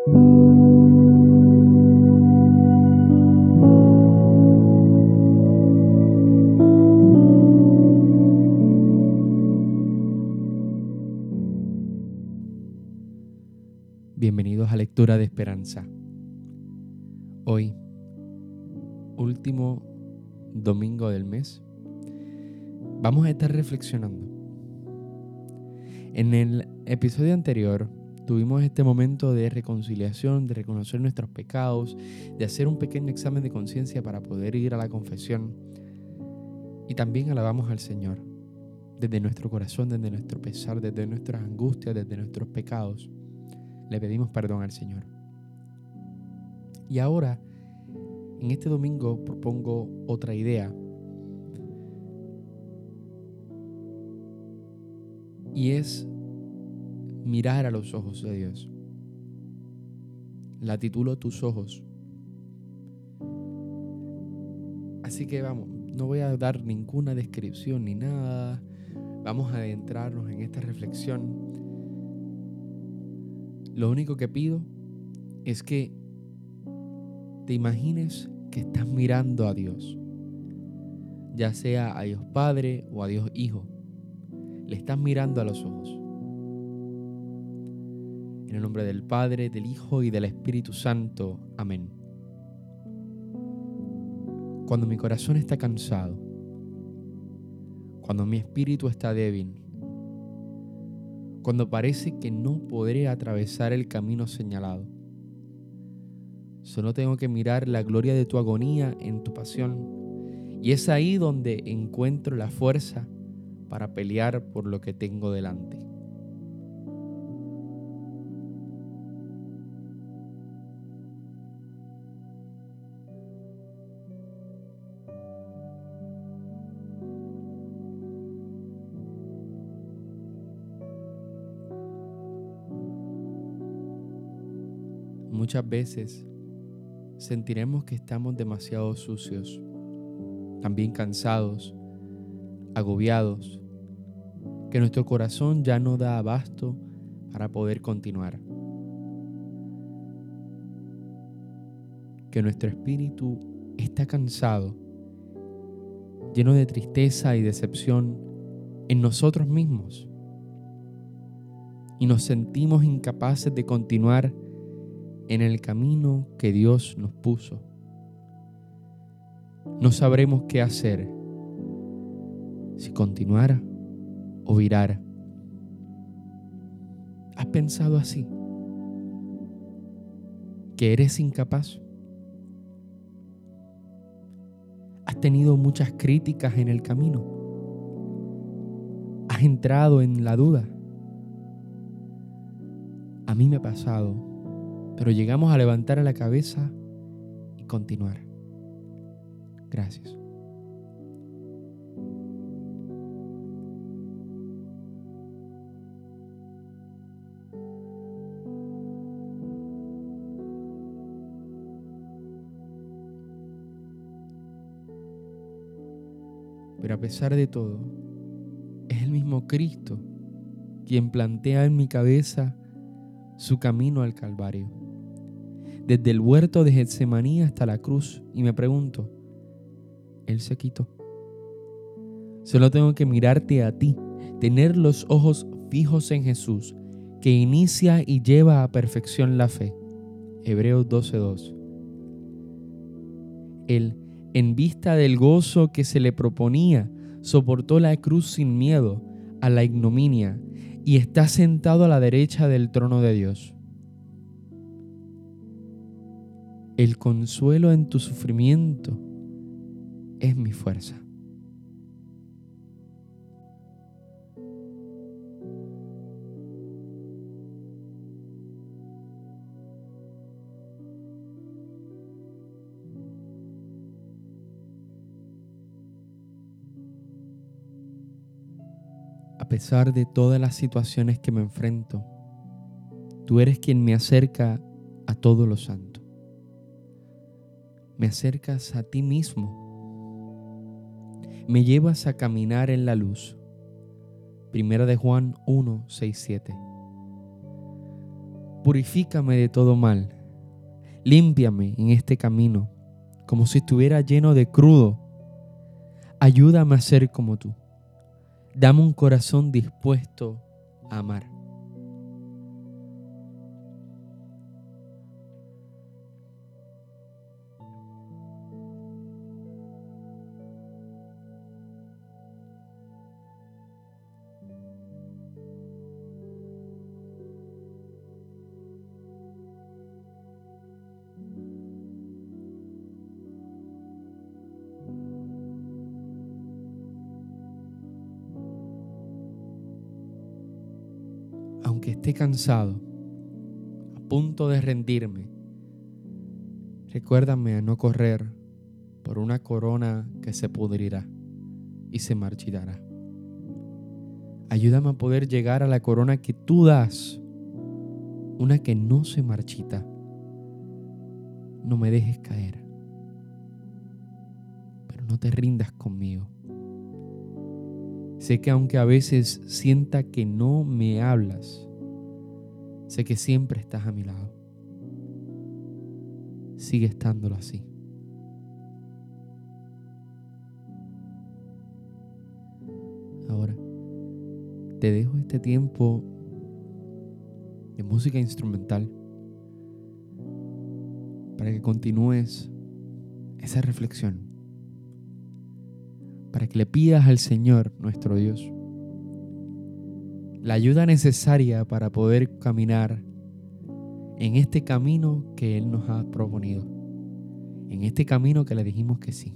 Bienvenidos a Lectura de Esperanza. Hoy, último domingo del mes, vamos a estar reflexionando. En el episodio anterior tuvimos este momento de reconciliación, de reconocer nuestros pecados, de hacer un pequeño examen de conciencia para poder ir a la confesión. Y también alabamos al Señor desde nuestro corazón, desde nuestro pesar, desde nuestras angustias, desde nuestros pecados. Le pedimos perdón al Señor. Y ahora, en este domingo, propongo otra idea. Y es mirar a los ojos de Dios. La titulo Tus ojos. Así que vamos, no voy a dar ninguna descripción ni nada. Vamos a adentrarnos en esta reflexión. Lo único que pido es que te imagines que estás mirando a Dios, ya sea a Dios Padre o a Dios Hijo. Le estás mirando a los ojos. En el nombre del Padre, del Hijo y del Espíritu Santo. Amén. Cuando mi corazón está cansado, cuando mi espíritu está débil, cuando parece que no podré atravesar el camino señalado, solo tengo que mirar la gloria de tu agonía en tu pasión, y es ahí donde encuentro la fuerza para pelear por lo que tengo delante. Muchas veces sentiremos que estamos demasiado sucios, también cansados, agobiados, que nuestro corazón ya no da abasto para poder continuar, que nuestro espíritu está cansado, lleno de tristeza y decepción en nosotros mismos, y nos sentimos incapaces de continuar en el camino que Dios nos puso. No sabremos qué hacer, si continuar o virar. ¿Has pensado así? ¿Que eres incapaz? ¿Has tenido muchas críticas en el camino? ¿Has entrado en la duda? A mí me ha pasado, pero llegamos a levantar la cabeza y continuar. Gracias. Pero a pesar de todo, es el mismo Cristo quien plantea en mi cabeza su camino al Calvario, desde el huerto de Getsemaní hasta la cruz, y me pregunto, Él se quitó. Solo tengo que mirarte a ti, tener los ojos fijos en Jesús, que inicia y lleva a perfección la fe. Hebreos 12:2. Él, en vista del gozo que se le proponía, soportó la cruz sin miedo a la ignominia y está sentado a la derecha del trono de Dios. El consuelo en tu sufrimiento es mi fuerza. A pesar de todas las situaciones que me enfrento, tú eres quien me acerca a todo lo santo. Me acercas a ti mismo. Me llevas a caminar en la luz. Primera de Juan 1:6-7. Purifícame de todo mal. Límpiame en este camino, como si estuviera lleno de crudo. Ayúdame a ser como tú. Dame un corazón dispuesto a amar. Aunque esté cansado, a punto de rendirme, recuérdame a no correr por una corona que se pudrirá y se marchitará. Ayúdame a poder llegar a la corona que tú das, una que no se marchita. No me dejes caer, pero no te rindas conmigo. Sé que aunque a veces sienta que no me hablas, sé que siempre estás a mi lado. Sigue estándolo así. Ahora, te dejo este tiempo de música instrumental para que continúes esa reflexión, para que le pidas al Señor, nuestro Dios, la ayuda necesaria para poder caminar en este camino que Él nos ha proponido, en este camino que le dijimos que sí.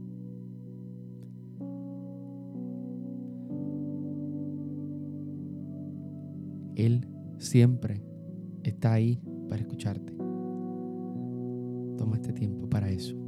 Él siempre está ahí para escucharte. Toma este tiempo para eso.